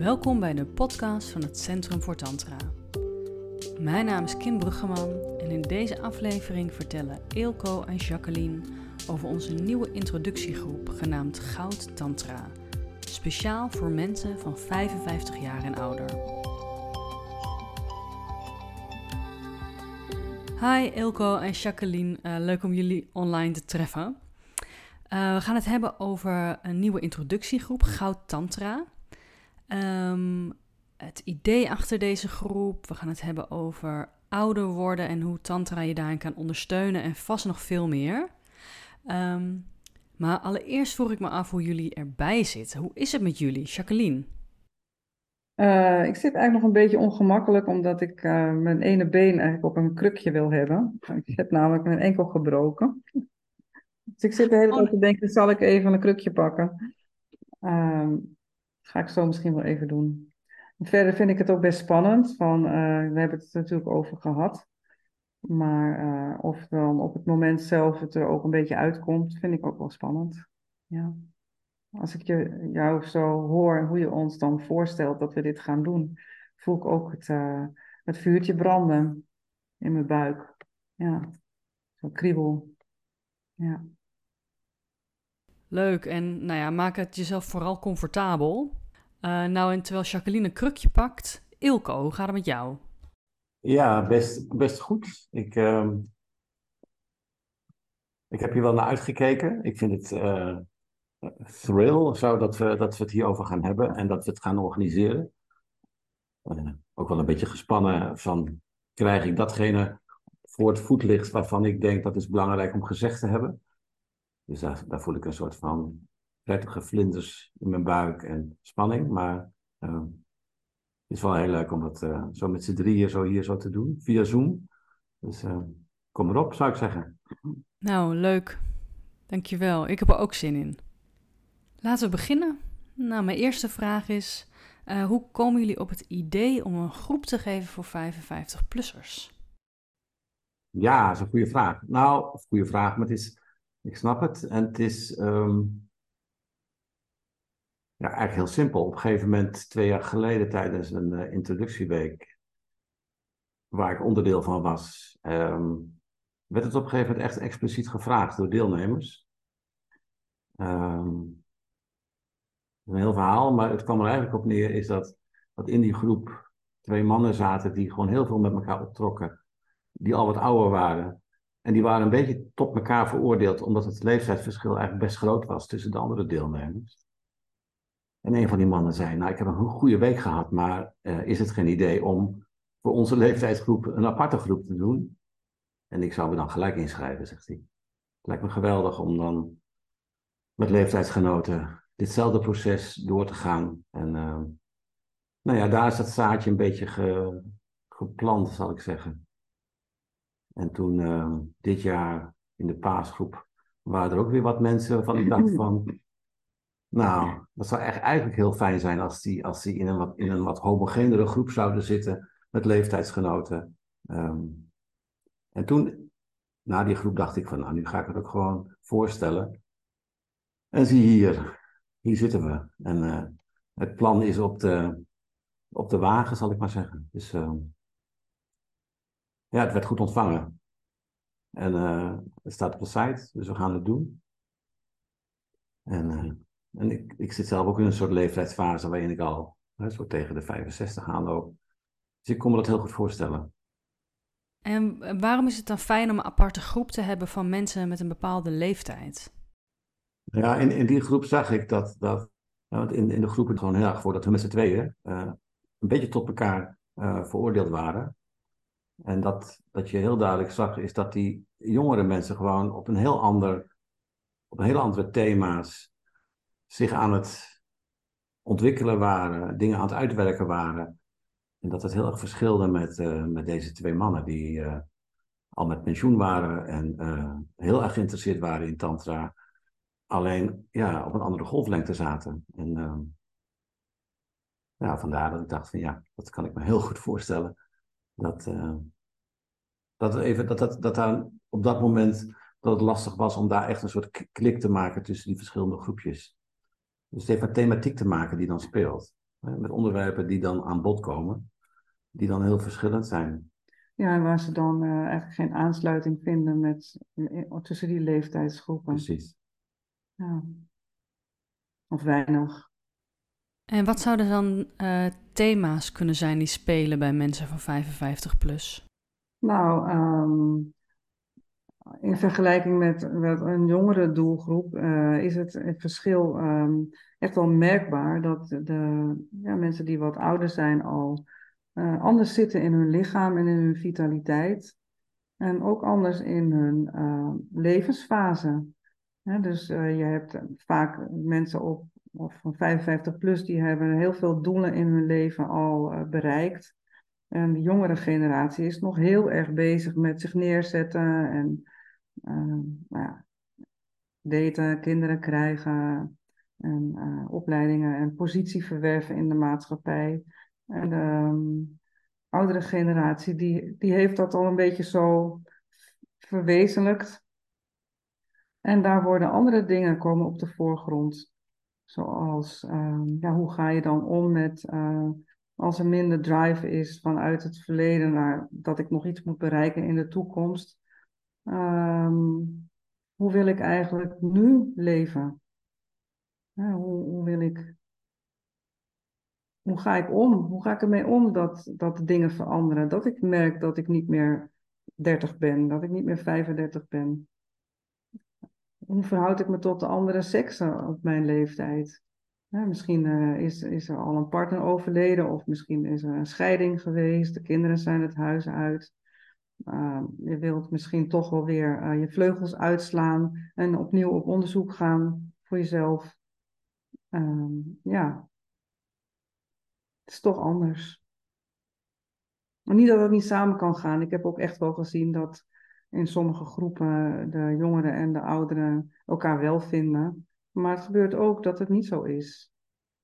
Welkom bij de podcast van het Centrum voor Tantra. Mijn naam is Kim Bruggeman en in deze aflevering vertellen Eelco en Jacqueline over onze nieuwe introductiegroep genaamd Goud Tantra. Speciaal voor mensen van 55 jaar en ouder. Hi Eelco en Jacqueline, leuk om jullie online te treffen. We gaan het hebben over een nieuwe introductiegroep, Goud Tantra. Het idee achter deze groep, we gaan het hebben over ouder worden en hoe Tantra je daarin kan ondersteunen en vast nog veel meer. Maar allereerst vroeg ik me af hoe jullie erbij zitten. Hoe is het met jullie, Jacqueline? Ik zit eigenlijk nog een beetje ongemakkelijk omdat ik mijn ene been eigenlijk op een krukje wil hebben. Ik heb namelijk mijn enkel gebroken. Dus ik zit de hele tijd te denken, zal ik even een krukje pakken? Ga ik zo misschien wel even doen. Verder vind ik het ook best spannend. We hebben het er natuurlijk over gehad. Maar of dan op het moment zelf het er ook een beetje uitkomt, vind ik ook wel spannend. Ja. Als ik jou zo hoor en hoe je ons dan voorstelt dat we dit gaan doen, voel ik ook het vuurtje branden in mijn buik. Ja, zo'n kriebel. Ja. Leuk en maak het jezelf vooral comfortabel. En terwijl Jacqueline een krukje pakt, Eelco, hoe gaat het met jou? Ja, best goed. Ik heb hier wel naar uitgekeken. Ik vind het thrill zo dat we het hierover gaan hebben en dat we het gaan organiseren. Ook wel een beetje gespannen van, krijg ik datgene voor het voetlicht waarvan ik denk dat is belangrijk om gezegd te hebben. Dus daar voel ik een soort van prettige vlinders in mijn buik en spanning. Maar het is wel heel leuk om dat zo met z'n drieën hier zo te doen, via Zoom. Dus kom erop, zou ik zeggen. Nou, leuk. Dankjewel. Ik heb er ook zin in. Laten we beginnen. Nou, mijn eerste vraag is, hoe komen jullie op het idee om een groep te geven voor 55-plussers? Ja, dat is een goede vraag. Nou, een goede vraag, maar ik snap het. En het is eigenlijk heel simpel. Op een gegeven moment, 2 jaar geleden, tijdens een introductieweek, waar ik onderdeel van was, werd het op een gegeven moment echt expliciet gevraagd door deelnemers. Een heel verhaal, maar het kwam er eigenlijk op neer is dat in die groep 2 mannen zaten die gewoon heel veel met elkaar optrokken, die al wat ouder waren. En die waren een beetje tot elkaar veroordeeld, omdat het leeftijdsverschil eigenlijk best groot was tussen de andere deelnemers. En een van die mannen zei, nou, ik heb een goede week gehad, maar is het geen idee om voor onze leeftijdsgroep een aparte groep te doen? En ik zou me dan gelijk inschrijven, zegt hij. Het lijkt me geweldig om dan met leeftijdsgenoten ditzelfde proces door te gaan. En daar is dat zaadje een beetje geplant, zal ik zeggen. En toen, dit jaar in de paasgroep, waren er ook weer wat mensen waarvan ik dacht van, nou, dat zou eigenlijk heel fijn zijn als die in een wat homogenere groep zouden zitten met leeftijdsgenoten. En toen, na die groep dacht ik van, nou, nu ga ik het ook gewoon voorstellen. En zie hier zitten we. En het plan is op de wagen, zal ik maar zeggen. Dus het werd goed ontvangen. En het staat op de site, dus we gaan het doen. En ik zit zelf ook in een soort leeftijdsfase waarin ik al zo tegen de 65 aanloop. Dus ik kon me dat heel goed voorstellen. En waarom is het dan fijn om een aparte groep te hebben van mensen met een bepaalde leeftijd? Ja, in die groep zag ik dat want in de groep het gewoon heel erg voor dat we met z'n tweeën een beetje tot elkaar veroordeeld waren. En dat je heel duidelijk zag is dat die jongere mensen gewoon op heel andere thema's zich aan het ontwikkelen waren, dingen aan het uitwerken waren. En dat het heel erg verschilde met deze 2 mannen die al met pensioen waren en heel erg geïnteresseerd waren in tantra. Alleen op een andere golflengte zaten. En vandaar dat ik dacht van dat kan ik me heel goed voorstellen. Dat daar op dat moment dat het lastig was om daar echt een soort klik te maken tussen die verschillende groepjes. Dus het heeft met thematiek te maken die dan speelt. Met onderwerpen die dan aan bod komen, die dan heel verschillend zijn. Ja, en waar ze dan eigenlijk geen aansluiting vinden tussen die leeftijdsgroepen. Precies. Ja. Of weinig. En wat zouden dan thema's kunnen zijn die spelen bij mensen van 55 plus? Nou, in vergelijking met een jongere doelgroep is het verschil echt wel merkbaar dat mensen die wat ouder zijn al anders zitten in hun lichaam en in hun vitaliteit. En ook anders in hun levensfase. Dus je hebt vaak mensen of van 55 plus die hebben heel veel doelen in hun leven al bereikt. En de jongere generatie is nog heel erg bezig met zich neerzetten en nou ja, daten, kinderen krijgen en opleidingen en positie verwerven in de maatschappij. En de oudere generatie die heeft dat al een beetje zo verwezenlijkt. En daar worden andere dingen komen op de voorgrond. Zoals, hoe ga je dan om met als er minder drive is vanuit het verleden naar dat ik nog iets moet bereiken in de toekomst. Hoe wil ik eigenlijk nu leven? Hoe ga ik om? Hoe ga ik ermee om dat de dingen veranderen? Dat ik merk dat ik niet meer 30 ben, dat ik niet meer 35 ben. Hoe verhoud ik me tot de andere seksen op mijn leeftijd? Misschien is er al een partner overleden of misschien is er een scheiding geweest. De kinderen zijn het huis uit. Je wilt misschien toch wel weer je vleugels uitslaan en opnieuw op onderzoek gaan voor jezelf. Ja, het is toch anders. Maar niet dat het niet samen kan gaan. Ik heb ook echt wel gezien dat in sommige groepen de jongeren en de ouderen elkaar wel vinden. Maar het gebeurt ook dat het niet zo is.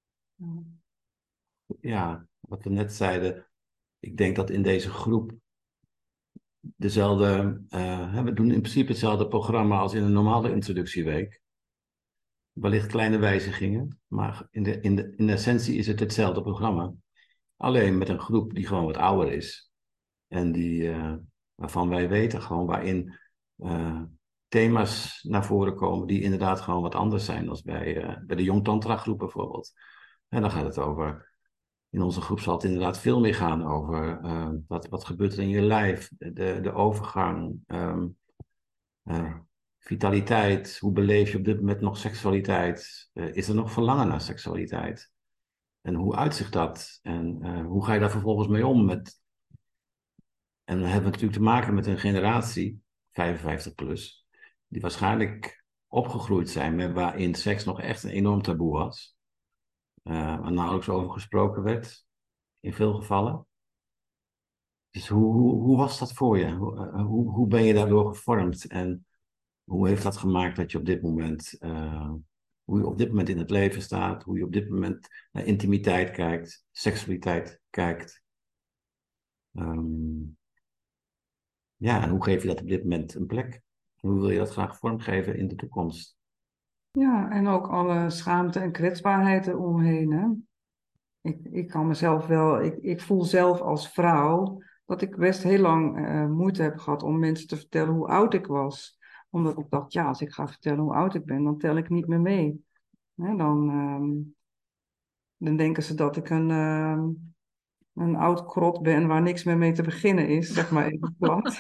Ja, wat we net zeiden, ik denk dat in deze groep dezelfde, we doen in principe hetzelfde programma als in een normale introductieweek. Wellicht kleine wijzigingen, maar in essentie is het hetzelfde programma. Alleen met een groep die gewoon wat ouder is. En waarvan wij weten gewoon waarin thema's naar voren komen die inderdaad gewoon wat anders zijn dan bij de jongtantra groep bijvoorbeeld. En dan gaat het over, in onze groep zal het inderdaad veel meer gaan over wat gebeurt er in je lijf, de overgang, vitaliteit, hoe beleef je op dit moment nog seksualiteit? Is er nog verlangen naar seksualiteit? En hoe uitzicht dat? En hoe ga je daar vervolgens mee om? En dan hebben we natuurlijk te maken met een generatie, 55 plus, die waarschijnlijk opgegroeid zijn met waarin seks nog echt een enorm taboe was. Waar nauwelijks over gesproken werd, in veel gevallen. Dus hoe was dat voor je? Hoe ben je daardoor gevormd? En hoe heeft dat gemaakt dat je op dit moment, hoe je op dit moment in het leven staat, hoe je op dit moment naar intimiteit kijkt, seksualiteit kijkt? Ja, en hoe geef je dat op dit moment een plek? Hoe wil je dat graag vormgeven in de toekomst? Ja, en ook alle schaamte en kwetsbaarheid eromheen. Hè? Ik kan mezelf wel, ik voel zelf als vrouw dat ik best heel lang moeite heb gehad om mensen te vertellen hoe oud ik was. Omdat ik dacht, ja, als ik ga vertellen hoe oud ik ben, dan tel ik niet meer mee. Hè, dan denken ze dat ik een oud krot ben waar niks meer mee te beginnen is, zeg maar even plat.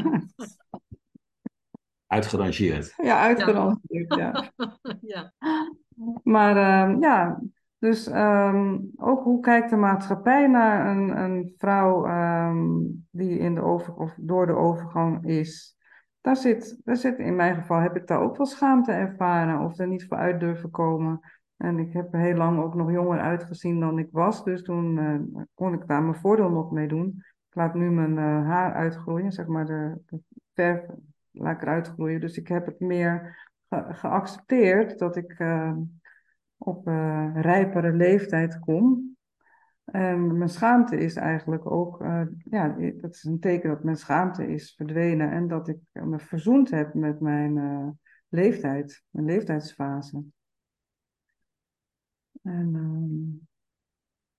Uitgerangeerd. Ja, uitgerangeerd, ja. Ja. Maar ja, dus ook hoe kijkt de maatschappij naar een vrouw die in de of door de overgang is? Daar zit in mijn geval heb ik daar ook wel schaamte ervaren of er niet voor uit durven komen. En ik heb heel lang ook nog jonger uitgezien dan ik was, dus toen kon ik daar mijn voordeel nog mee doen. Ik laat nu mijn haar uitgroeien, zeg maar de verf laat ik eruit groeien. Dus ik heb het meer geaccepteerd dat ik op rijpere leeftijd kom. En mijn schaamte is eigenlijk ook, dat is een teken dat mijn schaamte is verdwenen en dat ik me verzoend heb met mijn leeftijd, mijn leeftijdsfase. En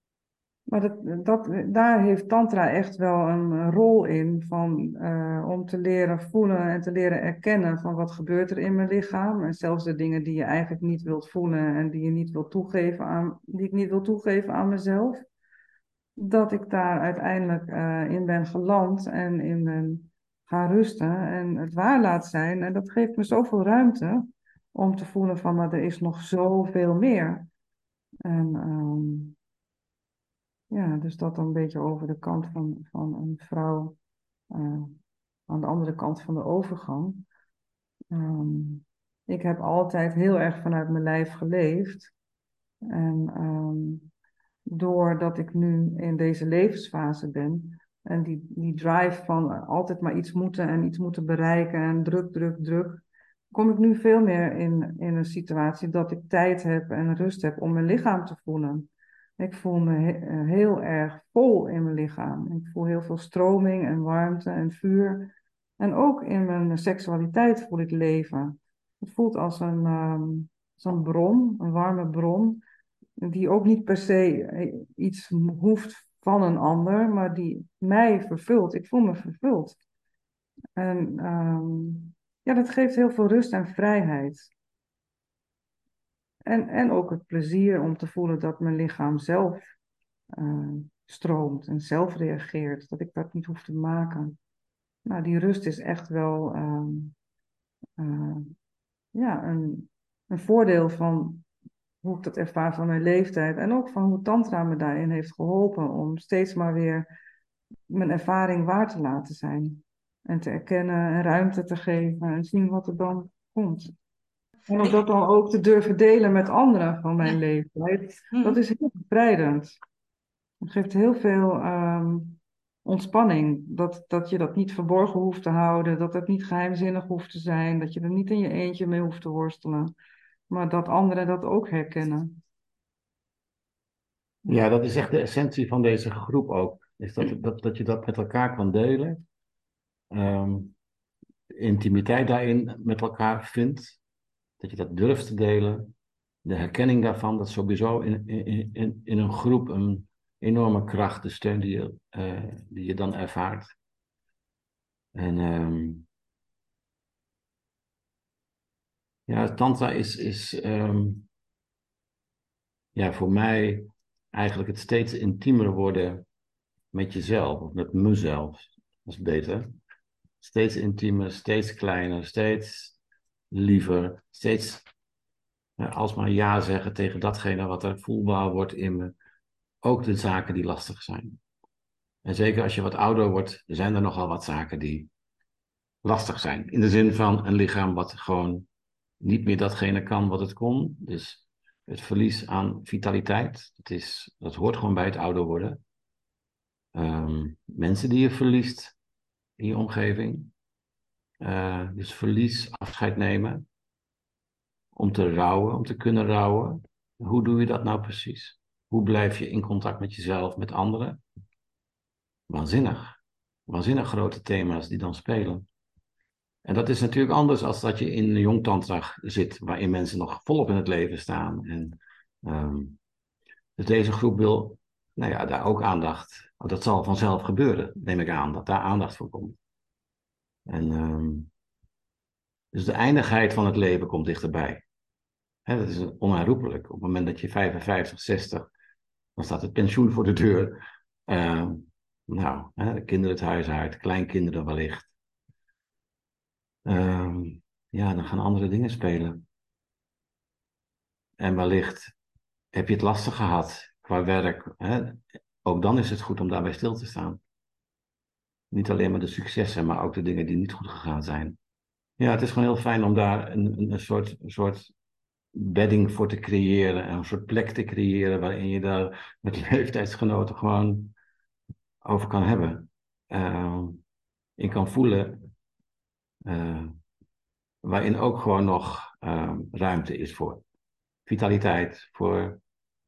Maar daar heeft Tantra echt wel een rol in van, om te leren voelen en te leren erkennen van wat gebeurt er in mijn lichaam. En zelfs de dingen die je eigenlijk niet wilt voelen en die je niet wilt toegeven die ik niet wil toegeven aan mezelf. Dat ik daar uiteindelijk in ben geland en in ben gaan rusten en het waar laat zijn. En dat geeft me zoveel ruimte om te voelen van, maar er is nog zoveel meer. En ja, dus dat dan een beetje over de kant van een vrouw eh, aan de andere kant van de overgang. Ehm, ik heb altijd heel erg vanuit mijn lijf geleefd. En doordat ik nu in deze levensfase ben en die drive van altijd maar iets moeten en iets moeten bereiken en druk, druk, druk, kom ik nu veel meer in een situatie dat ik tijd heb en rust heb om mijn lichaam te voelen. Ik voel me heel erg vol in mijn lichaam. Ik voel heel veel stroming en warmte en vuur. En ook in mijn seksualiteit voel ik leven. Het voelt als zo'n bron, een warme bron die ook niet per se iets hoeft van een ander, maar die mij vervult. Ik voel me vervuld. En ja, dat geeft heel veel rust en vrijheid. En ook het plezier om te voelen dat mijn lichaam zelf stroomt en zelf reageert. Dat ik dat niet hoef te maken. Nou, die rust is echt wel eh, ja, een voordeel van hoe ik dat ervaar van mijn leeftijd. En ook van hoe Tantra me daarin heeft geholpen om steeds maar weer mijn ervaring waar te laten zijn. En te erkennen en ruimte te geven en zien wat er dan komt. En om dat dan ook te durven delen met anderen van mijn leeftijd, dat is heel bevrijdend. Het geeft heel veel ontspanning. Dat je dat niet verborgen hoeft te houden, dat het niet geheimzinnig hoeft te zijn, dat je er niet in je eentje mee hoeft te worstelen, maar dat anderen dat ook herkennen. Ja, dat is echt de essentie van deze groep ook. Is dat je dat met elkaar kan delen. Intimiteit daarin met elkaar vindt. Dat je dat durft te delen. De herkenning daarvan, dat is sowieso in een groep een enorme kracht, de steun die je dan ervaart. En ja, Tantra is ja, voor mij eigenlijk het steeds intiemer worden met jezelf, of met mezelf, dat is beter. Steeds intiemer, steeds kleiner, steeds liever, steeds alsmaar ja zeggen tegen datgene wat er voelbaar wordt in me. Ook de zaken die lastig zijn. En zeker als je wat ouder wordt, zijn er nogal wat zaken die lastig zijn. In de zin van een lichaam wat gewoon niet meer datgene kan wat het kon. Dus het verlies aan vitaliteit, dat hoort gewoon bij het ouder worden. Mensen die je verliest in je omgeving. Dus verlies, afscheid nemen. Om te rouwen, om te kunnen rouwen. Hoe doe je dat nou precies? Hoe blijf je in contact met jezelf, met anderen? Waanzinnig. Waanzinnig grote thema's die dan spelen. En dat is natuurlijk anders als dat je in een jong tantra zit, waarin mensen nog volop in het leven staan. En, dus deze groep wil, nou ja, daar ook aandacht. Dat zal vanzelf gebeuren, neem ik aan, dat daar aandacht voor komt. En dus de eindigheid van het leven komt dichterbij. Dat is onherroepelijk. Op het moment dat je 55, 60, dan staat het pensioen voor de deur. Nou, de kinderen het huis uit, kleinkinderen wellicht. Ja, dan gaan andere dingen spelen. En wellicht heb je het lastig gehad qua werk. Ook dan is het goed om daarbij stil te staan. Niet alleen maar de successen, maar ook de dingen die niet goed gegaan zijn. Ja, het is gewoon heel fijn om daar een soort bedding voor te creëren. En een soort plek te creëren waarin je daar met leeftijdsgenoten gewoon over kan hebben. Je kan voelen. Waarin ook gewoon nog ruimte is voor vitaliteit, voor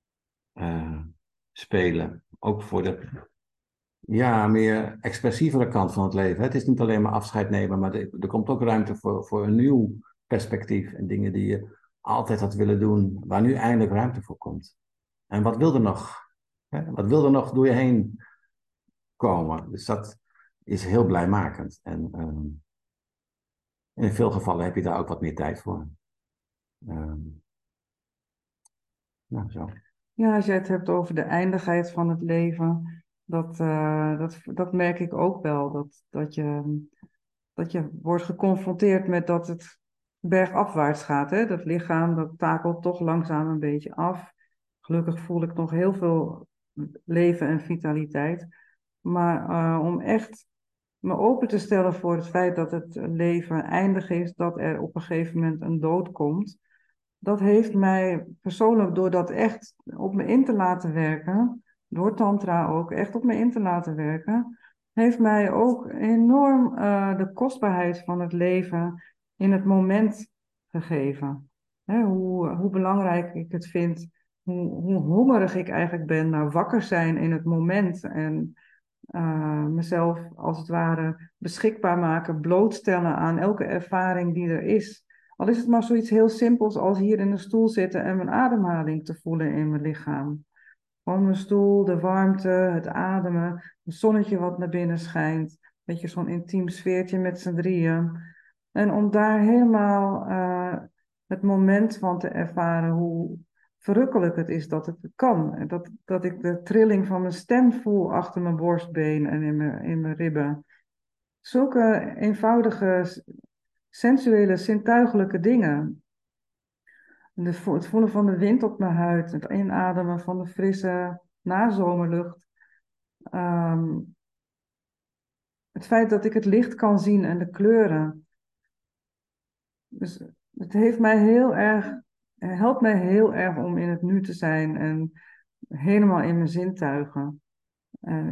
spelen. Ook voor de meer expressievere kant van het leven. Het is niet alleen maar afscheid nemen, maar er komt ook ruimte voor een nieuw perspectief. En dingen die je altijd had willen doen, waar nu eindelijk ruimte voor komt. En wat wil er nog Hè? Wat wil er nog door je heen komen? Dus dat is heel blijmakend. En in veel gevallen heb je daar ook wat meer tijd voor. Ehm, nou, zo. Ja, als je het hebt over de eindigheid van het leven, dat merk ik ook wel. Dat je wordt geconfronteerd met dat het bergafwaarts gaat. Hè? Dat lichaam, dat takelt toch langzaam een beetje af. Gelukkig voel ik nog heel veel leven en vitaliteit. Maar om echt me open te stellen voor het feit dat het leven eindig is, dat er op een gegeven moment een dood komt, dat heeft mij persoonlijk, door dat echt op me in te laten werken, door Tantra ook echt op me in te laten werken, heeft mij ook enorm de kostbaarheid van het leven in het moment gegeven. Hè, hoe belangrijk ik het vind, hoe hongerig ik eigenlijk ben naar wakker zijn in het moment en mezelf als het ware beschikbaar maken, blootstellen aan elke ervaring die er is. Al is het maar zoiets heel simpels als hier in een stoel zitten en mijn ademhaling te voelen in mijn lichaam. Gewoon mijn stoel, de warmte, het ademen, het zonnetje wat naar binnen schijnt. Een beetje zo'n intiem sfeertje met z'n drieën. En om daar helemaal het moment van te ervaren hoe verrukkelijk het is dat het kan. En dat ik de trilling van mijn stem voel achter mijn borstbeen en in mijn ribben. Zulke eenvoudige, sensuele, zintuigelijke dingen. Het voelen van de wind op mijn huid, het inademen van de frisse nazomerlucht. Het feit dat ik het licht kan zien en de kleuren. Dus het heeft mij helpt mij heel erg om in het nu te zijn en helemaal in mijn zintuigen. En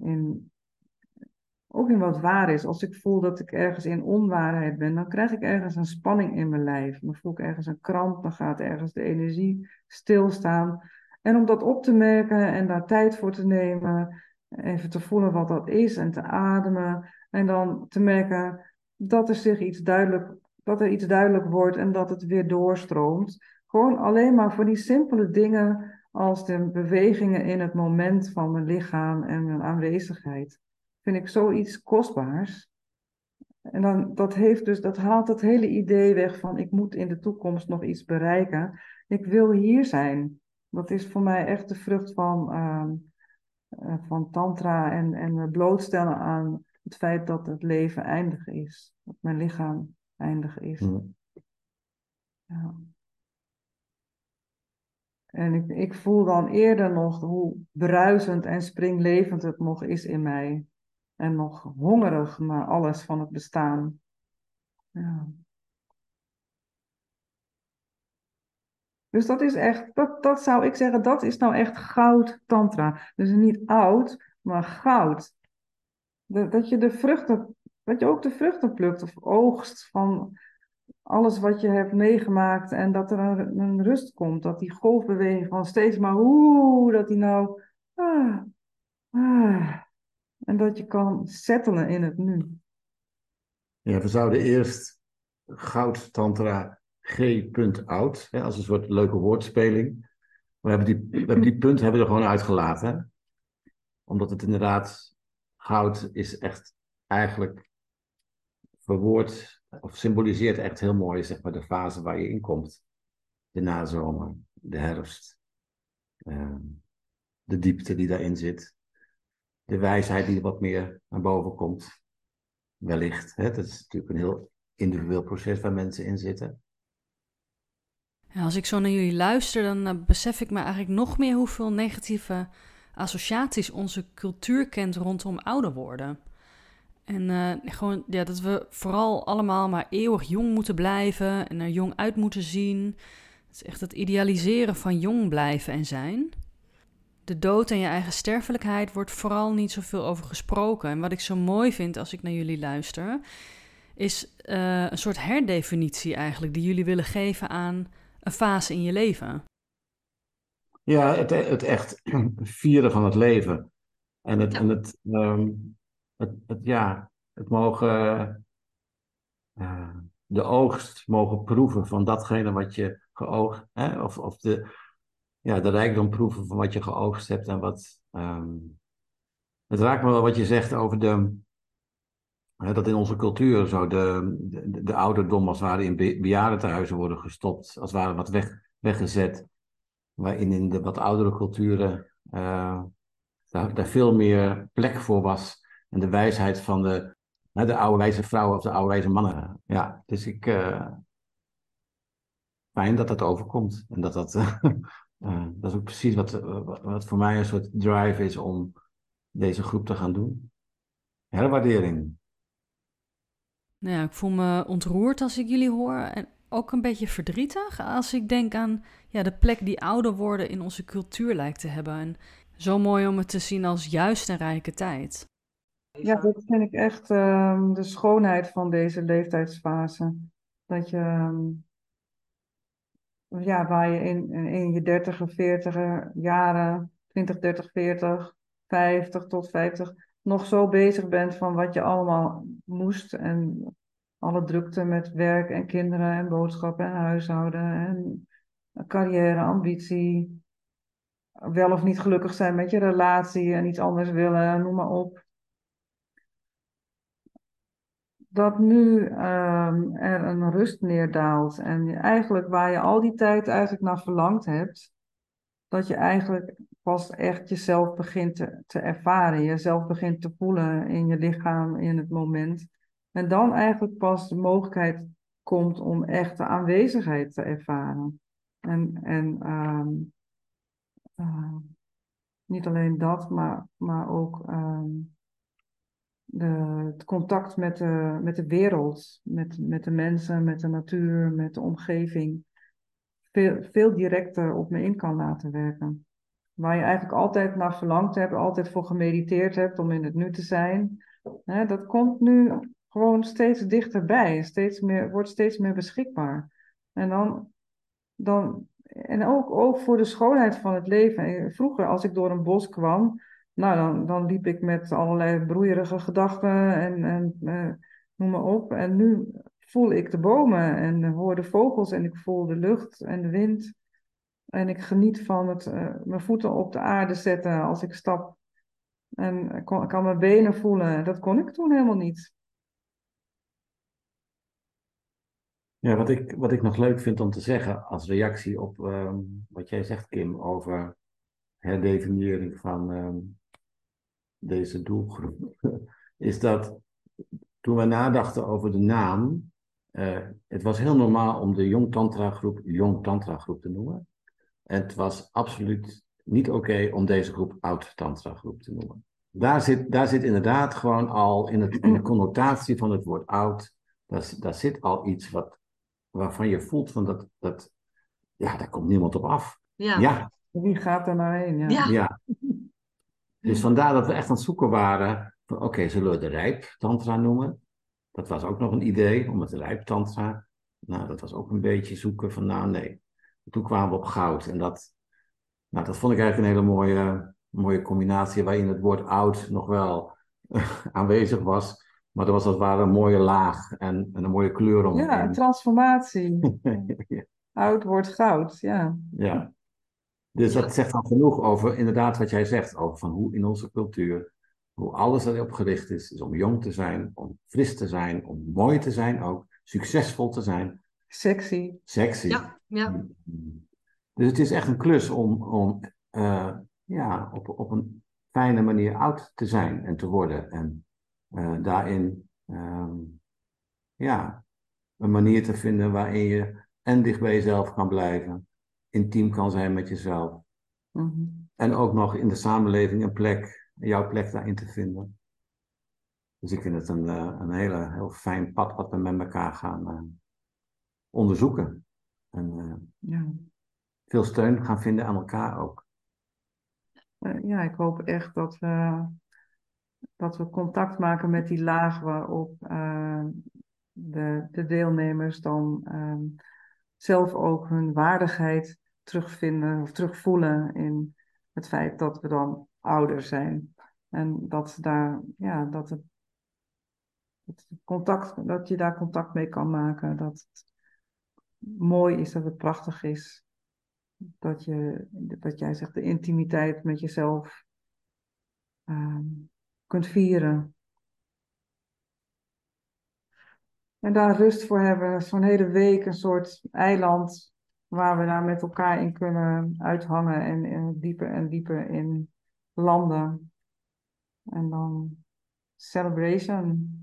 ook in wat waar is. Als ik voel dat ik ergens in onwaarheid ben, dan krijg ik ergens een spanning in mijn lijf. Dan voel ik ergens een kramp, dan gaat ergens de energie stilstaan. En om dat op te merken en daar tijd voor te nemen, even te voelen wat dat is en te ademen. En dan te merken dat dat er iets duidelijk wordt en dat het weer doorstroomt. Gewoon alleen maar voor die simpele dingen als de bewegingen in het moment van mijn lichaam en mijn aanwezigheid. Vind ik zoiets kostbaars. En dan, dat haalt het hele idee weg van ik moet in de toekomst nog iets bereiken. Ik wil hier zijn. Dat is voor mij echt de vrucht van tantra en me blootstellen aan het feit dat het leven eindig is. Dat mijn lichaam eindig is. Mm. Ja. En ik voel dan eerder nog hoe bruisend en springlevend het nog is in mij. En nog hongerig naar alles van het bestaan. Ja. Dus dat is echt, dat zou ik zeggen, dat is nou echt goud tantra. Dus niet oud, maar goud. Dat je dat je ook de vruchten plukt of oogst van alles wat je hebt meegemaakt. En dat er een rust komt. Dat die golfbeweging van steeds maar dat die nou... Ah, ah, en dat je kan settelen in het nu. Ja, we zouden eerst goud tantra G.oud, als een soort leuke woordspeling. We hebben die punt hebben we er gewoon uitgelaten. Hè? Omdat het inderdaad, goud is echt eigenlijk verwoord of symboliseert echt heel mooi, zeg maar, de fase waar je in komt. De nazomer, de herfst, de diepte die daarin zit, de wijsheid die wat meer naar boven komt. Wellicht, hè? Dat is natuurlijk een heel individueel proces waar mensen in zitten. Ja, als ik zo naar jullie luister, dan besef ik me eigenlijk nog meer hoeveel negatieve associaties onze cultuur kent rondom ouder worden. En gewoon dat we vooral allemaal maar eeuwig jong moeten blijven en er jong uit moeten zien. Het is echt het idealiseren van jong blijven en zijn. De dood en je eigen sterfelijkheid wordt vooral niet zoveel over gesproken. En wat ik zo mooi vind als ik naar jullie luister, is een soort herdefinitie eigenlijk die jullie willen geven aan een fase in je leven. Ja, het echt vieren van het leven. En het mogen, de oogst mogen proeven van datgene wat je geoogst, hè? Of ja, de rijkdom proeven van wat je geoogst hebt en wat... het raakt me wel wat je zegt over dat in onze cultuur zo de ouderdom als het ware in bejaardentehuizen worden gestopt, als het ware wat weggezet, waarin in de wat oudere culturen daar veel meer plek voor was en de wijsheid van de oude wijze vrouwen of de oude wijze mannen. Ja, dus fijn dat dat overkomt en dat dat is ook precies wat voor mij een soort drive is om deze groep te gaan doen. Herwaardering. Nou ja, ik voel me ontroerd als ik jullie hoor en ook een beetje verdrietig als ik denk aan de plek die ouder worden in onze cultuur lijkt te hebben. En zo mooi om het te zien als juist een rijke tijd. Ja, dat vind ik echt de schoonheid van deze leeftijdsfase. Dat je, waar je in je 30er, 40er jaren, 20, 30, 40, 50 tot 50, nog zo bezig bent van wat je allemaal moest. En alle drukte met werk en kinderen en boodschappen en huishouden en carrière, ambitie. Wel of niet gelukkig zijn met je relatie en iets anders willen, noem maar op. Dat nu er een rust neerdaalt en eigenlijk waar je al die tijd eigenlijk naar verlangd hebt, dat je eigenlijk pas echt jezelf begint te ervaren, jezelf begint te voelen in je lichaam, in het moment. En dan eigenlijk pas de mogelijkheid komt om echt de aanwezigheid te ervaren. En eh, niet alleen dat, maar ook het contact met de wereld, met de mensen, met de natuur, met de omgeving, veel directer op me in kan laten werken. Waar je eigenlijk altijd naar verlangd hebt, altijd voor gemediteerd hebt om in het nu te zijn. Hè, dat komt nu gewoon steeds dichterbij, wordt steeds meer beschikbaar. En en ook voor de schoonheid van het leven. Vroeger, als ik door een bos kwam, nou, dan liep ik met allerlei broeierige gedachten en noem maar op. En nu voel ik de bomen en hoor de vogels en ik voel de lucht en de wind. En ik geniet van mijn voeten op de aarde zetten als ik stap. En ik kan mijn benen voelen. Dat kon ik toen helemaal niet. Ja, wat ik nog leuk vind om te zeggen als reactie op wat jij zegt, Kim, over herdefiniëring van deze doelgroep, is dat toen we nadachten over de naam, het was heel normaal om de Jong Tantra groep te noemen. En het was absoluut niet oké om deze groep Oud Tantra groep te noemen. Daar zit inderdaad gewoon al in de connotatie van het woord oud, daar zit al iets waarvan je voelt van daar komt niemand op af. Ja. Ja. Wie gaat er nou heen? Ja. Ja. Dus vandaar dat we echt aan het zoeken waren van oké, zullen we de rijp tantra noemen? Dat was ook nog een idee, om het rijp tantra. Nou, dat was ook een beetje zoeken van nou nee. Toen kwamen we op goud en dat vond ik eigenlijk een hele mooie combinatie waarin het woord oud nog wel aanwezig was. Maar er was als het ware een mooie laag en een mooie kleur omheen. Ja, een transformatie. Ja. Oud wordt goud, ja. Ja. Dus dat zegt dan genoeg over inderdaad wat jij zegt, over van hoe in onze cultuur, hoe alles erop gericht is om jong te zijn, om fris te zijn, om mooi te zijn ook, succesvol te zijn. Sexy. Sexy. Ja, ja. Dus het is echt een klus om op een fijne manier oud te zijn en te worden. En daarin een manier te vinden waarin je en dicht bij jezelf kan blijven, intiem kan zijn met jezelf. Mm-hmm. En ook nog in de samenleving jouw plek daarin te vinden. Dus ik vind het een heel fijn pad wat we met elkaar gaan onderzoeken. En veel steun gaan vinden aan elkaar ook. Ja, ik hoop echt dat we contact maken met die laag waarop de deelnemers dan zelf ook hun waardigheid terugvinden of terugvoelen in het feit dat we dan ouder zijn. En dat dat je daar contact mee kan maken. Dat het mooi is, dat het prachtig is. wat jij zegt, de intimiteit met jezelf ehm, kunt vieren. En daar rust voor hebben, zo'n hele week, een soort eiland waar we daar met elkaar in kunnen uithangen en dieper en dieper in landen. En dan celebration.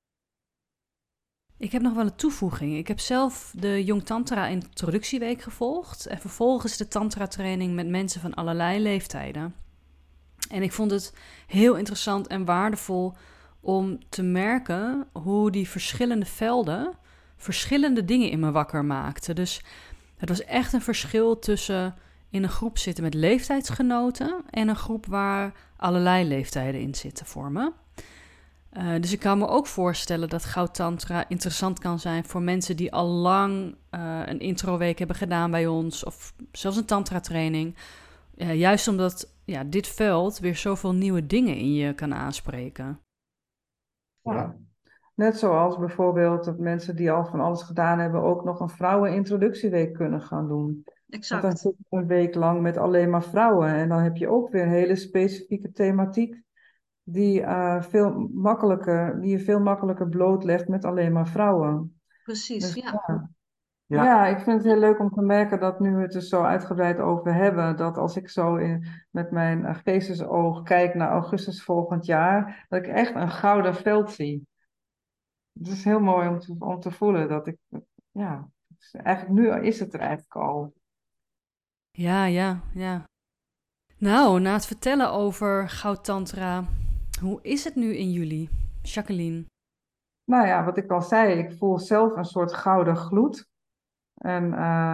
Ik heb nog wel een toevoeging. Ik heb zelf de Jong Tantra introductieweek gevolgd. En vervolgens de tantra training met mensen van allerlei leeftijden. En ik vond het heel interessant en waardevol om te merken hoe die verschillende velden verschillende dingen in me wakker maakten. Dus het was echt een verschil tussen in een groep zitten met leeftijdsgenoten en een groep waar allerlei leeftijden in zitten voor me. Dus ik kan me ook voorstellen dat Goud Tantra interessant kan zijn voor mensen die al lang een introweek hebben gedaan bij ons, of zelfs een tantra training. Juist omdat dit veld weer zoveel nieuwe dingen in je kan aanspreken. Ja. Net zoals bijvoorbeeld dat mensen die al van alles gedaan hebben ook nog een vrouwenintroductieweek kunnen gaan doen. Want dan Exact. zit je een week lang met alleen maar vrouwen en dan heb je ook weer een hele specifieke thematiek die je veel makkelijker blootlegt met alleen maar vrouwen. Precies, Dus ja. Ja. ja, ik vind het heel leuk om te merken dat nu we het er zo uitgebreid over hebben, dat als ik zo met mijn geestesoog kijk naar augustus volgend jaar, dat ik echt een gouden veld zie. Het is heel mooi om te voelen dat ja, eigenlijk nu is het er eigenlijk al. Ja. Nou, na het vertellen over Goud Tantra, hoe is het nu in jullie, Jacqueline? Nou ja, wat ik al zei, ik voel zelf een soort gouden gloed. En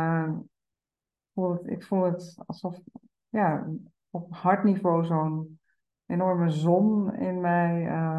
ik voel het alsof, ja, op hartniveau zo'n enorme zon in mij.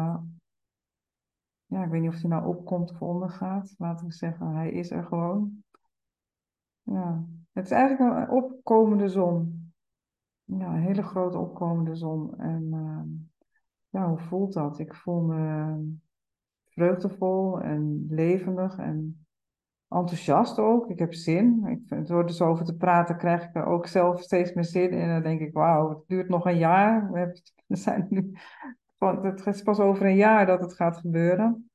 Ja, ik weet niet of die nou opkomt of ondergaat. Laten we zeggen, hij is er gewoon. Ja, het is eigenlijk een opkomende zon. Ja, een hele grote opkomende zon. En ja, hoe voelt dat? Ik voel me vreugdevol en levendig en enthousiast ook. Ik heb zin. Door er zo over te praten krijg ik er ook zelf steeds meer zin in. En dan denk ik, wauw, het duurt nog een jaar. We zijn nu, het is pas over een jaar dat het gaat gebeuren.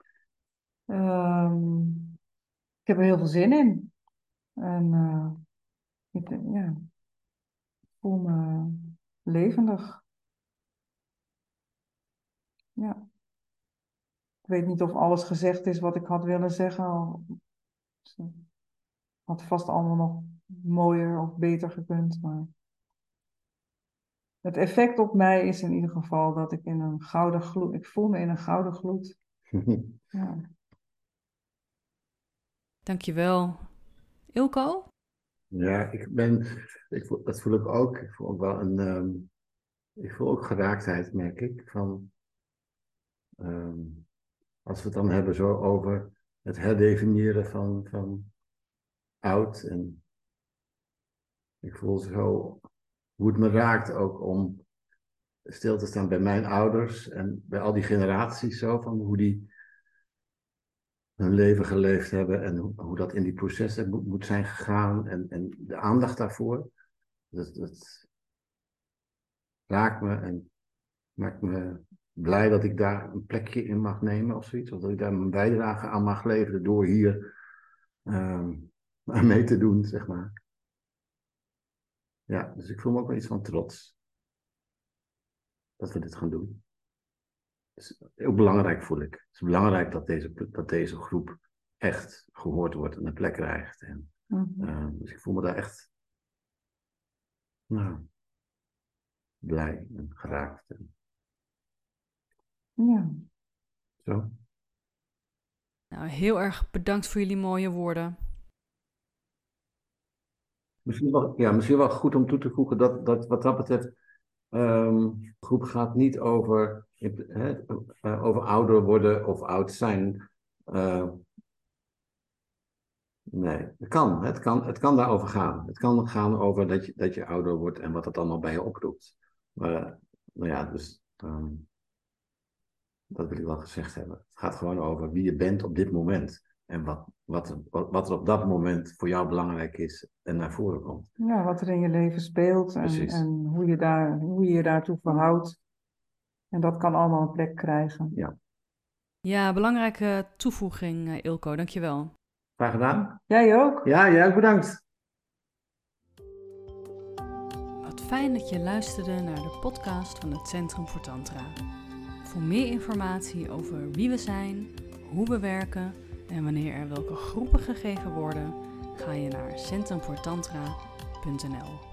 Ik heb er heel veel zin in. En ja, ik voel me levendig. Ja. Ik weet niet of alles gezegd is wat ik had willen zeggen. Het had vast allemaal nog mooier of beter gekund. Maar het effect op mij is in ieder geval dat ik in een gouden gloed. Ik voel me in een gouden gloed. Ja. Dankjewel. Ilko? Ja, dat voel ik ook. Ik voel ook wel ik voel ook geraaktheid, merk ik. Als we het dan hebben zo over het herdefiniëren van oud. En ik voel zo hoe het me raakt ook om stil te staan bij mijn ouders en bij al die generaties zo, van hoe die hun leven geleefd hebben en hoe dat in die processen moet zijn gegaan en de aandacht daarvoor. Dat raakt me en maakt me blij dat ik daar een plekje in mag nemen of zoiets. Of dat ik daar mijn bijdrage aan mag leveren door hier aan mee te doen, zeg maar. Ja, dus ik voel me ook wel iets van trots dat we dit gaan doen. Het is heel belangrijk, voel ik. Het is belangrijk dat deze groep echt gehoord wordt en een plek krijgt. En, dus ik voel me daar echt blij en geraakt. Ja. Zo. Nou, heel erg bedankt voor jullie mooie woorden. Misschien wel goed om toe te voegen dat wat dat betreft, de groep gaat niet over, over ouder worden of oud zijn. Nee, het kan daarover gaan. Het kan gaan over dat je ouder wordt en wat dat allemaal bij je oproept. Maar, nou ja, dus dat wil ik wel gezegd hebben. Het gaat gewoon over wie je bent op dit moment. En wat er op dat moment voor jou belangrijk is en naar voren komt. Ja, wat er in je leven speelt en hoe je je daartoe verhoudt. En dat kan allemaal een plek krijgen. Ja. Ja, belangrijke toevoeging, Ilko. Dankjewel. Graag gedaan. Jij ook? Ja, jij ook bedankt. Wat fijn dat je luisterde naar de podcast van het Centrum voor Tantra. Voor meer informatie over wie we zijn, hoe we werken en wanneer er welke groepen gegeven worden, ga je naar centrumvoortantra.nl.